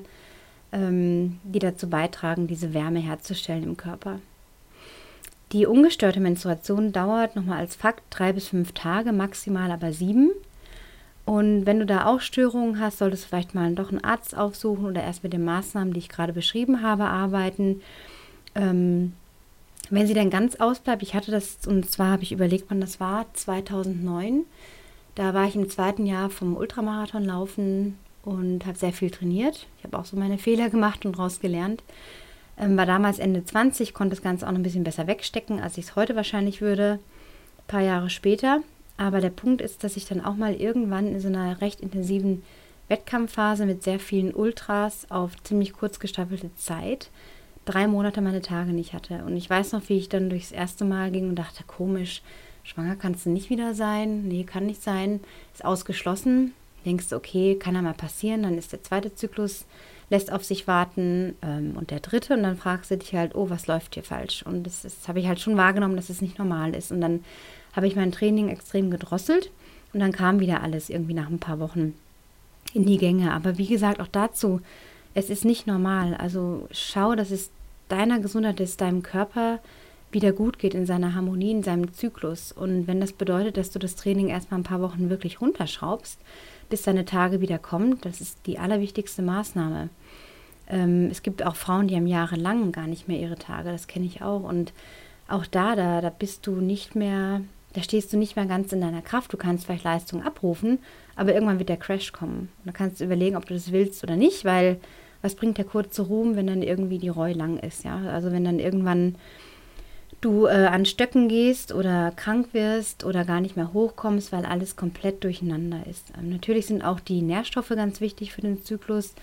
die dazu beitragen, diese Wärme herzustellen im Körper. Die ungestörte Menstruation dauert, nochmal als Fakt, 3 bis 5 Tage, maximal aber 7. Und wenn du da auch Störungen hast, solltest du vielleicht mal doch einen Arzt aufsuchen oder erst mit den Maßnahmen, die ich gerade beschrieben habe, arbeiten. Wenn sie dann ganz ausbleibt, ich hatte das, und zwar habe ich überlegt, wann das war, 2009. Da war ich im 2. Jahr vom Ultramarathon laufen und habe sehr viel trainiert. Ich habe auch so meine Fehler gemacht und daraus gelernt. War damals Ende 20, konnte das Ganze auch noch ein bisschen besser wegstecken, als ich es heute wahrscheinlich würde, ein paar Jahre später. Aber der Punkt ist, dass ich dann auch mal irgendwann in so einer recht intensiven Wettkampfphase mit sehr vielen Ultras auf ziemlich kurz gestaffelte Zeit 3 Monate meine Tage nicht hatte. Und ich weiß noch, wie ich dann durchs erste Mal ging und dachte, komisch, schwanger kannst du nicht wieder sein. Nee, kann nicht sein. Ist ausgeschlossen. Denkst du, okay, kann ja mal passieren. Dann ist der 2. Zyklus, lässt auf sich warten und der 3. Und dann fragst du dich halt, oh, was läuft hier falsch? Und das habe ich halt schon wahrgenommen, dass es nicht normal ist. Und dann habe ich mein Training extrem gedrosselt. Und dann kam wieder alles irgendwie nach ein paar Wochen in die Gänge. Aber wie gesagt, auch dazu, es ist nicht normal. Also schau, dass es deiner Gesundheit, dass es deinem Körper wieder gut geht in seiner Harmonie, in seinem Zyklus. Und wenn das bedeutet, dass du das Training erstmal ein paar Wochen wirklich runterschraubst, bis deine Tage wieder kommen, das ist die allerwichtigste Maßnahme. Es gibt auch Frauen, die haben jahrelang gar nicht mehr ihre Tage, das kenne ich auch. Und auch da bist du nicht mehr, da stehst du nicht mehr ganz in deiner Kraft. Du kannst vielleicht Leistung abrufen, aber irgendwann wird der Crash kommen. Und da kannst du überlegen, ob du das willst oder nicht, weil was bringt der kurze Ruhm, wenn dann irgendwie die Reue lang ist, ja? Also wenn dann irgendwann du an Stöcken gehst oder krank wirst oder gar nicht mehr hochkommst, weil alles komplett durcheinander ist. Natürlich sind auch die Nährstoffe ganz wichtig für den Zyklus.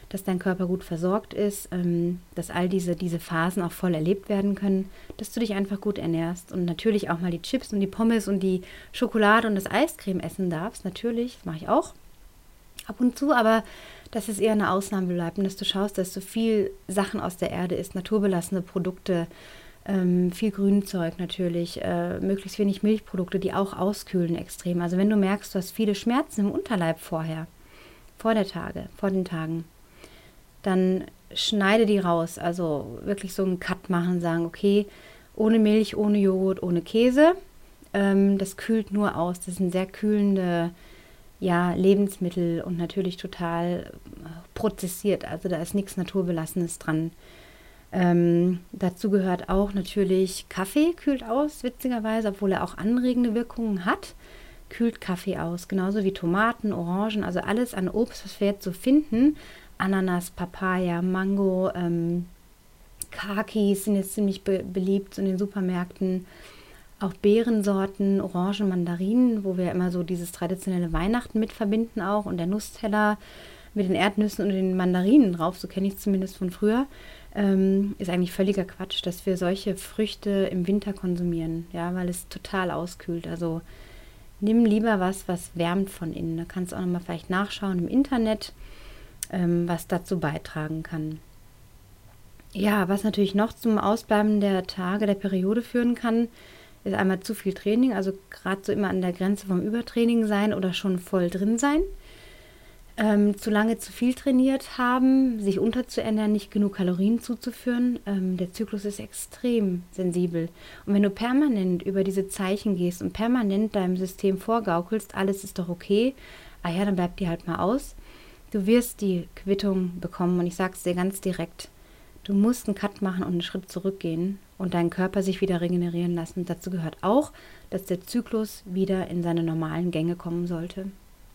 dass dein Körper gut versorgt ist, dass all diese Phasen auch voll erlebt werden können, dass du dich einfach gut ernährst und natürlich auch mal die Chips und die Pommes und die Schokolade und das Eiscreme essen darfst. Natürlich, das mache ich auch ab und zu, aber dass es eher eine Ausnahme bleibt und dass du schaust, dass du viel Sachen aus der Erde isst, naturbelassene Produkte, viel Grünzeug natürlich, möglichst wenig Milchprodukte, die auch auskühlen extrem. Also wenn du merkst, du hast viele Schmerzen im Unterleib vor den Tagen, dann schneide die raus. Also wirklich so einen Cut machen, sagen, okay, ohne Milch, ohne Joghurt, ohne Käse. Das kühlt nur aus. Das sind sehr kühlende Lebensmittel und natürlich total prozessiert. Also da ist nichts Naturbelassenes dran. Dazu gehört auch natürlich Kaffee, kühlt aus, witzigerweise, obwohl er auch anregende Wirkungen hat, kühlt Kaffee aus. Genauso wie Tomaten, Orangen, also alles an Obst, was wir jetzt so finden. Ananas, Papaya, Mango, Kakis sind jetzt ziemlich beliebt in den Supermärkten. Auch Beerensorten, Orangen, Mandarinen, wo wir immer so dieses traditionelle Weihnachten mit verbinden auch. Und der Nussteller mit den Erdnüssen und den Mandarinen drauf, so kenne ich es zumindest von früher, ist eigentlich völliger Quatsch, dass wir solche Früchte im Winter konsumieren, ja, weil es total auskühlt. Also nimm lieber was wärmt von innen. Da kannst du auch nochmal vielleicht nachschauen im Internet, was dazu beitragen kann. Ja, was natürlich noch zum Ausbleiben der Tage der Periode führen kann, ist einmal zu viel Training, also gerade so immer an der Grenze vom Übertraining sein oder schon voll drin sein. Zu lange zu viel trainiert haben, sich unterzuernähren, nicht genug Kalorien zuzuführen. Der Zyklus ist extrem sensibel. Und wenn du permanent über diese Zeichen gehst und permanent deinem System vorgaukelst, alles ist doch okay, dann bleib die halt mal aus. Du wirst die Quittung bekommen und ich sage es dir ganz direkt. Du musst einen Cut machen und einen Schritt zurückgehen und deinen Körper sich wieder regenerieren lassen. Dazu gehört auch, dass der Zyklus wieder in seine normalen Gänge kommen sollte.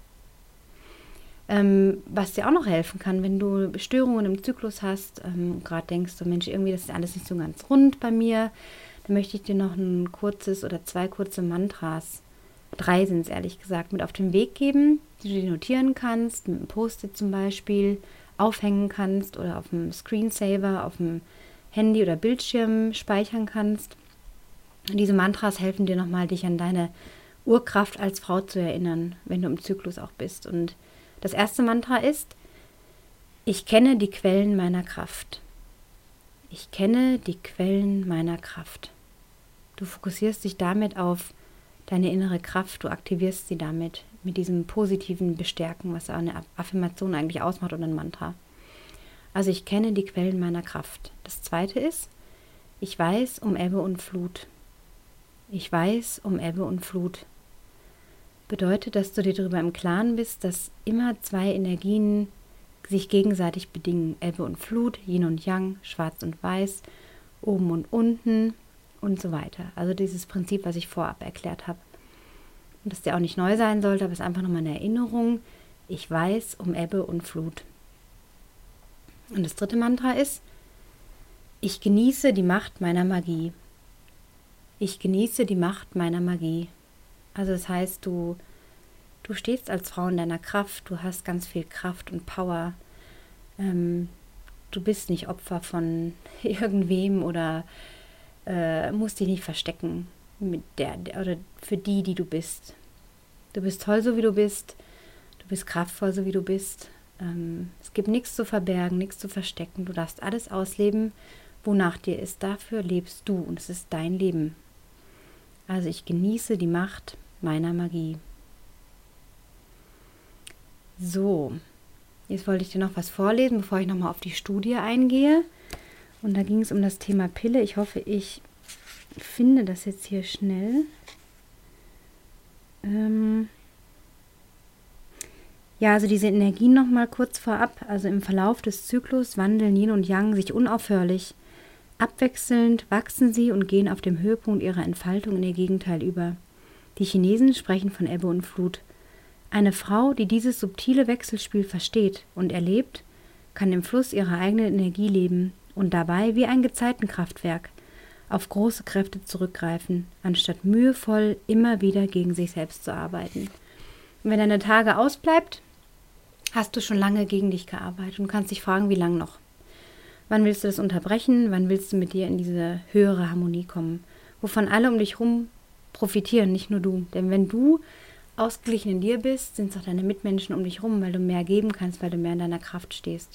Was dir auch noch helfen kann, wenn du Störungen im Zyklus hast, gerade denkst du, Mensch, irgendwie das ist alles nicht so ganz rund bei mir, dann möchte ich dir noch ein kurzes oder 2 kurze Mantras, 3 sind es ehrlich gesagt, mit auf den Weg geben, die du dir notieren kannst, mit einem Post-it zum Beispiel, aufhängen kannst oder auf dem Screensaver, auf dem Handy oder Bildschirm speichern kannst. Und diese Mantras helfen dir nochmal, dich an deine Urkraft als Frau zu erinnern, wenn du im Zyklus auch bist. Und das erste Mantra ist: Ich kenne die Quellen meiner Kraft. Ich kenne die Quellen meiner Kraft. Du fokussierst dich damit auf deine innere Kraft, du aktivierst sie damit mit diesem positiven Bestärken, was eine Affirmation eigentlich ausmacht oder ein Mantra. Also ich kenne die Quellen meiner Kraft. Das zweite ist: Ich weiß um Ebbe und Flut. Ich weiß um Ebbe und Flut. Bedeutet, dass du dir darüber im Klaren bist, dass immer 2 Energien sich gegenseitig bedingen. Ebbe und Flut, Yin und Yang, Schwarz und Weiß, oben und unten und so weiter. Also dieses Prinzip, was ich vorab erklärt habe. Und das dir auch nicht neu sein sollte, aber es ist einfach nochmal eine Erinnerung. Ich weiß um Ebbe und Flut. Und das dritte Mantra ist: Ich genieße die Macht meiner Magie. Ich genieße die Macht meiner Magie. Also das heißt, du stehst als Frau in deiner Kraft, du hast ganz viel Kraft und Power. Du bist nicht Opfer von irgendwem oder musst dich nicht verstecken mit oder für die du bist. Du bist toll, so wie du bist. Du bist kraftvoll, so wie du bist. Es gibt nichts zu verbergen, nichts zu verstecken. Du darfst alles ausleben, wonach dir ist. Dafür lebst du und es ist dein Leben. Also ich genieße die Macht meiner Magie. So, jetzt wollte ich dir noch was vorlesen, bevor ich nochmal auf die Studie eingehe. Und da ging es um das Thema Pille. Ich hoffe, ich finde das jetzt hier schnell. Also diese Energien nochmal kurz vorab. Also im Verlauf des Zyklus wandeln Yin und Yang sich unaufhörlich. Abwechselnd wachsen sie und gehen auf dem Höhepunkt ihrer Entfaltung in ihr Gegenteil über. Die Chinesen sprechen von Ebbe und Flut. Eine Frau, die dieses subtile Wechselspiel versteht und erlebt, kann im Fluss ihrer eigenen Energie leben und dabei wie ein Gezeitenkraftwerk auf große Kräfte zurückgreifen, anstatt mühevoll immer wieder gegen sich selbst zu arbeiten. Und wenn deine Tage ausbleibt, hast du schon lange gegen dich gearbeitet und kannst dich fragen, wie lange noch? Wann willst du das unterbrechen? Wann willst du mit dir in diese höhere Harmonie kommen? Wovon alle um dich herum profitieren, nicht nur du. Denn wenn du ausgeglichen in dir bist, sind es auch deine Mitmenschen um dich herum, weil du mehr geben kannst, weil du mehr in deiner Kraft stehst.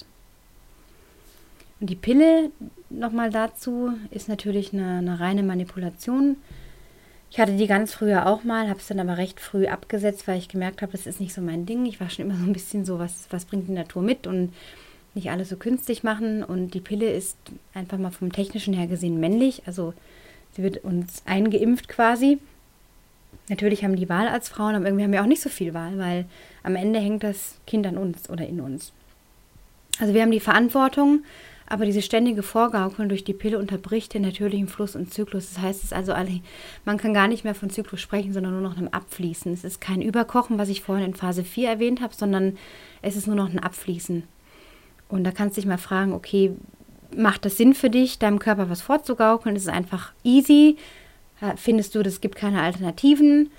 Und die Pille, nochmal dazu, ist natürlich eine reine Manipulation. Ich hatte die ganz früher auch mal, habe es dann aber recht früh abgesetzt, weil ich gemerkt habe, das ist nicht so mein Ding. Ich war schon immer so ein bisschen so, was bringt die Natur mit und nicht alles so künstlich machen. Und die Pille ist einfach mal vom Technischen her gesehen männlich, also sie wird uns eingeimpft quasi. Natürlich haben die Wahl als Frauen, aber irgendwie haben wir auch nicht so viel Wahl, weil am Ende hängt das Kind an uns oder in uns. Also wir haben die Verantwortung, aber diese ständige Vorgaukeln durch die Pille unterbricht den natürlichen Fluss und Zyklus. Das heißt, es ist also man kann gar nicht mehr von Zyklus sprechen, sondern nur noch einem Abfließen. Es ist kein Überkochen, was ich vorhin in Phase 4 erwähnt habe, sondern es ist nur noch ein Abfließen. Und da kannst du dich mal fragen, okay, macht das Sinn für dich, deinem Körper was vorzugaukeln? Ist es einfach easy? Findest du, es gibt keine Alternativen?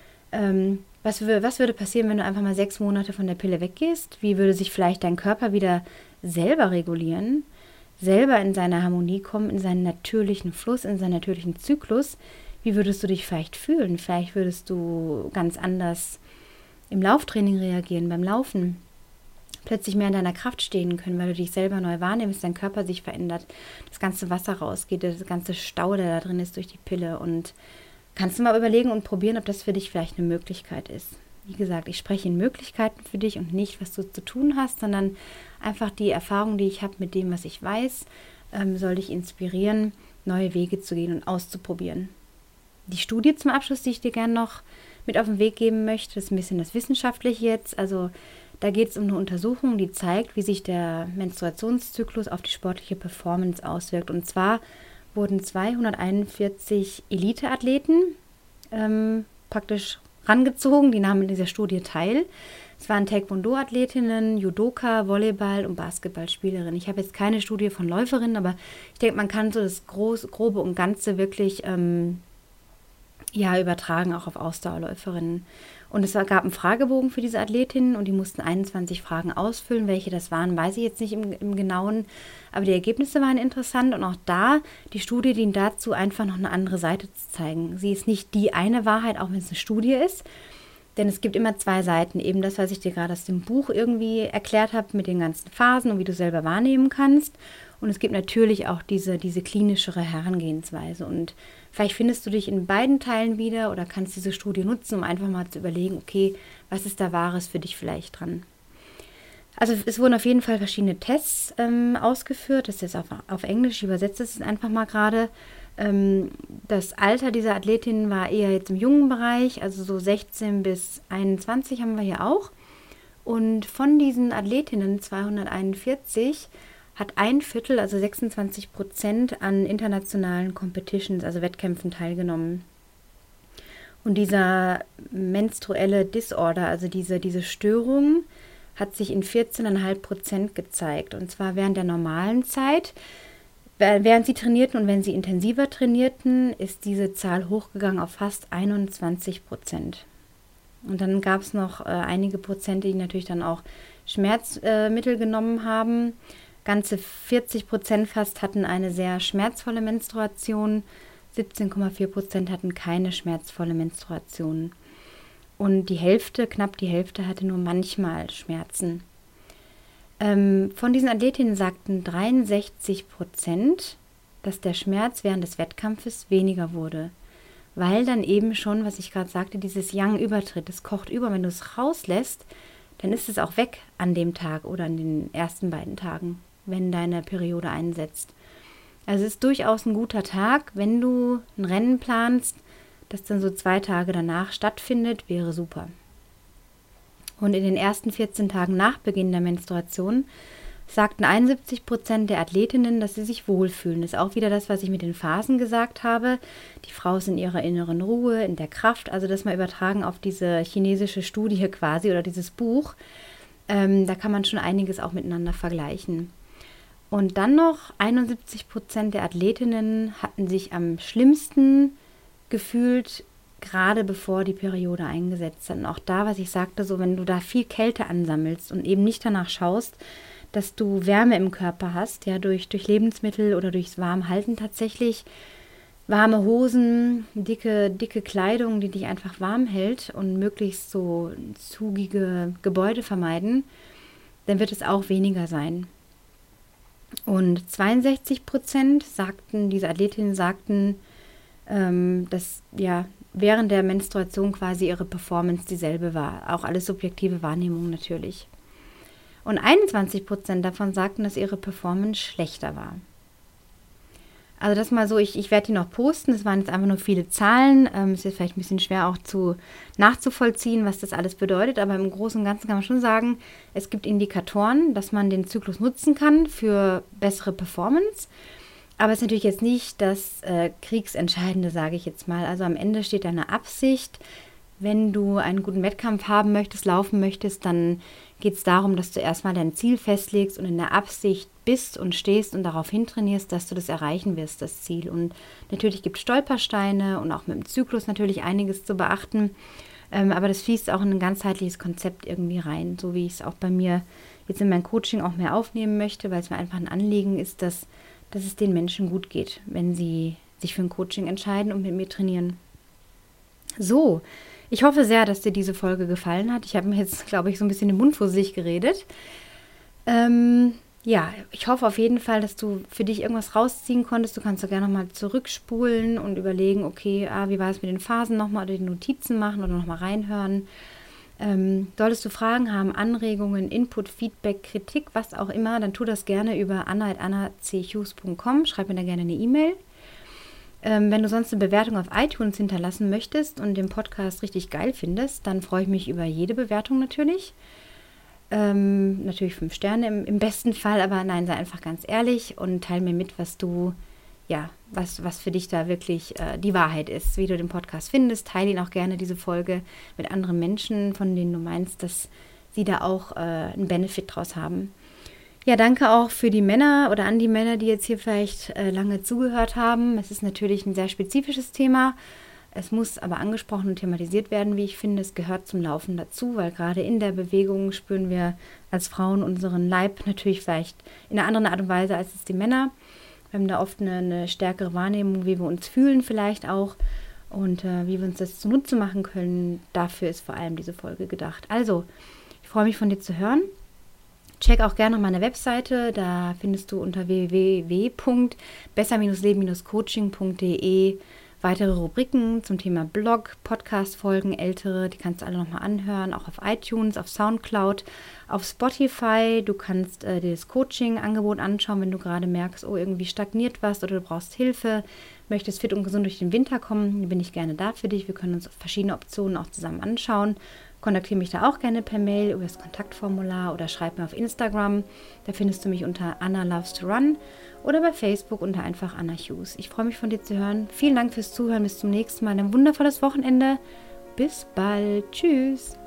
Was würde passieren, wenn du einfach mal 6 Monate von der Pille weggehst? Wie würde sich vielleicht dein Körper wieder selber regulieren? Selber in seine Harmonie kommen, in seinen natürlichen Fluss, in seinen natürlichen Zyklus? Wie würdest du dich vielleicht fühlen? Vielleicht würdest du ganz anders im Lauftraining reagieren, beim Laufen. Plötzlich mehr in deiner Kraft stehen können, weil du dich selber neu wahrnimmst, dein Körper sich verändert, das ganze Wasser rausgeht, das ganze Stau, der da drin ist durch die Pille. Und kannst du mal überlegen und probieren, ob das für dich vielleicht eine Möglichkeit ist. Wie gesagt, ich spreche in Möglichkeiten für dich und nicht, was du zu tun hast, sondern einfach die Erfahrung, die ich habe mit dem, was ich weiß, soll dich inspirieren, neue Wege zu gehen und auszuprobieren. Die Studie zum Abschluss, die ich dir gerne noch mit auf den Weg geben möchte, ist ein bisschen das Wissenschaftliche jetzt. Also da geht es um eine Untersuchung, die zeigt, wie sich der Menstruationszyklus auf die sportliche Performance auswirkt. Und zwar wurden 241 Elite-Athleten praktisch rangezogen, die nahmen in dieser Studie teil. Es waren Taekwondo-Athletinnen, Judoka, Volleyball- und Basketballspielerinnen. Ich habe jetzt keine Studie von Läuferinnen, aber ich denke, man kann so das Grobe und Ganze wirklich übertragen, auch auf Ausdauerläuferinnen. Und es gab einen Fragebogen für diese Athletinnen und die mussten 21 Fragen ausfüllen. Welche das waren, weiß ich jetzt nicht im Genauen. Aber die Ergebnisse waren interessant und auch da, die Studie dient dazu, einfach noch eine andere Seite zu zeigen. Sie ist nicht die eine Wahrheit, auch wenn es eine Studie ist. Denn es gibt immer 2 Seiten. Eben das, was ich dir gerade aus dem Buch irgendwie erklärt habe mit den ganzen Phasen und wie du selber wahrnehmen kannst. Und es gibt natürlich auch diese klinischere Herangehensweise. Und vielleicht findest du dich in beiden Teilen wieder oder kannst diese Studie nutzen, um einfach mal zu überlegen, okay, was ist da Wahres für dich vielleicht dran? Also es wurden auf jeden Fall verschiedene Tests ausgeführt. Das ist jetzt auf Englisch, ich übersetze es einfach mal gerade. Das Alter dieser Athletinnen war eher jetzt im jungen Bereich, also so 16 bis 21 haben wir hier auch. Und von diesen Athletinnen, 241, hat 1/4, also 26%, an internationalen Competitions, also Wettkämpfen teilgenommen. Und dieser menstruelle Disorder, also diese Störung, hat sich in 14,5% gezeigt. Und zwar während der normalen Zeit. Während sie trainierten und wenn sie intensiver trainierten, ist diese Zahl hochgegangen auf fast 21%. Und dann gab es noch einige Prozente, die natürlich dann auch Schmerzmittel genommen haben. Ganze 40% fast hatten eine sehr schmerzvolle Menstruation, 17,4% hatten keine schmerzvolle Menstruation. Und knapp die Hälfte hatte nur manchmal Schmerzen. Von diesen Athletinnen sagten 63%, dass der Schmerz während des Wettkampfes weniger wurde. Weil dann eben schon, was ich gerade sagte, dieses Yang übertritt, es kocht über. Wenn du es rauslässt, dann ist es auch weg an dem Tag oder an den ersten beiden Tagen, wenn deine Periode einsetzt. Also es ist durchaus ein guter Tag, wenn du ein Rennen planst, das dann so 2 Tage danach stattfindet, wäre super. Und in den ersten 14 Tagen nach Beginn der Menstruation sagten 71% der Athletinnen, dass sie sich wohlfühlen. Das ist auch wieder das, was ich mit den Phasen gesagt habe. Die Frau ist in ihrer inneren Ruhe, in der Kraft. Also das mal übertragen auf diese chinesische Studie quasi oder dieses Buch. Da kann man schon einiges auch miteinander vergleichen. Und dann noch 71% der Athletinnen hatten sich am schlimmsten gefühlt gerade bevor die Periode eingesetzt hat. Und auch da, was ich sagte, so wenn du da viel Kälte ansammelst und eben nicht danach schaust, dass du Wärme im Körper hast, ja, durch Lebensmittel oder durchs Warmhalten tatsächlich, warme Hosen, dicke Kleidung, die dich einfach warm hält und möglichst so zugige Gebäude vermeiden, dann wird es auch weniger sein. Und 62% diese Athletinnen sagten, dass ja während der Menstruation quasi ihre Performance dieselbe war. Auch alles subjektive Wahrnehmung natürlich. Und 21% davon sagten, dass ihre Performance schlechter war. Also das mal so, ich werde die noch posten, das waren jetzt einfach nur viele Zahlen, ist jetzt vielleicht ein bisschen schwer auch nachzuvollziehen, was das alles bedeutet, aber im Großen und Ganzen kann man schon sagen, es gibt Indikatoren, dass man den Zyklus nutzen kann für bessere Performance, aber es ist natürlich jetzt nicht das Kriegsentscheidende, sage ich jetzt mal. Also am Ende steht deine Absicht. Wenn du einen guten Wettkampf haben möchtest, laufen möchtest, dann geht es darum, dass du erstmal dein Ziel festlegst und in der Absicht bist und stehst und darauf hintrainierst, dass du das erreichen wirst, das Ziel. Und natürlich gibt es Stolpersteine und auch mit dem Zyklus natürlich einiges zu beachten, aber das fließt auch in ein ganzheitliches Konzept irgendwie rein, so wie ich es auch bei mir jetzt in meinem Coaching auch mehr aufnehmen möchte, weil es mir einfach ein Anliegen ist, dass es den Menschen gut geht, wenn sie sich für ein Coaching entscheiden und mit mir trainieren. So, ich hoffe sehr, dass dir diese Folge gefallen hat. Ich habe mir jetzt, glaube ich, so ein bisschen den Mund vor sich geredet. Ja, ich hoffe auf jeden Fall, dass du für dich irgendwas rausziehen konntest. Du kannst da gerne nochmal zurückspulen und überlegen, okay, wie war es mit den Phasen nochmal oder die Notizen machen oder nochmal reinhören. Solltest du Fragen haben, Anregungen, Input, Feedback, Kritik, was auch immer, dann tu das gerne über anna@annachughes.com. Schreib mir da gerne eine E-Mail. Wenn du sonst eine Bewertung auf iTunes hinterlassen möchtest und den Podcast richtig geil findest, dann freue ich mich über jede Bewertung natürlich. Natürlich 5 Sterne im besten Fall, aber nein, sei einfach ganz ehrlich und teile mir mit, was für dich da wirklich die Wahrheit ist, wie du den Podcast findest. Teile ihn auch gerne, diese Folge, mit anderen Menschen, von denen du meinst, dass sie da auch einen Benefit draus haben. Ja, danke auch für die Männer oder an die Männer, die jetzt hier vielleicht lange zugehört haben. Es ist natürlich ein sehr spezifisches Thema. Es muss aber angesprochen und thematisiert werden, wie ich finde. Es gehört zum Laufen dazu, weil gerade in der Bewegung spüren wir als Frauen unseren Leib natürlich vielleicht in einer anderen Art und Weise als es die Männer. Wir haben da oft eine stärkere Wahrnehmung, wie wir uns fühlen vielleicht auch und wie wir uns das zunutze machen können. Dafür ist vor allem diese Folge gedacht. Also, ich freue mich von dir zu hören. Check auch gerne meine Webseite, da findest du unter www.besser-leben-coaching.de weitere Rubriken zum Thema Blog, Podcast-Folgen, ältere, die kannst du alle nochmal anhören, auch auf iTunes, auf Soundcloud, auf Spotify. Du kannst dir das Coaching-Angebot anschauen, wenn du gerade merkst, oh, irgendwie stagniert was oder du brauchst Hilfe, möchtest fit und gesund durch den Winter kommen, dann bin ich gerne da für dich. Wir können uns verschiedene Optionen auch zusammen anschauen. Kontaktiere mich da auch gerne per Mail über das Kontaktformular oder schreib mir auf Instagram. Da findest du mich unter Anna Loves to Run oder bei Facebook unter einfach Anna Hughes. Ich freue mich von dir zu hören. Vielen Dank fürs Zuhören. Bis zum nächsten Mal. Ein wundervolles Wochenende. Bis bald. Tschüss.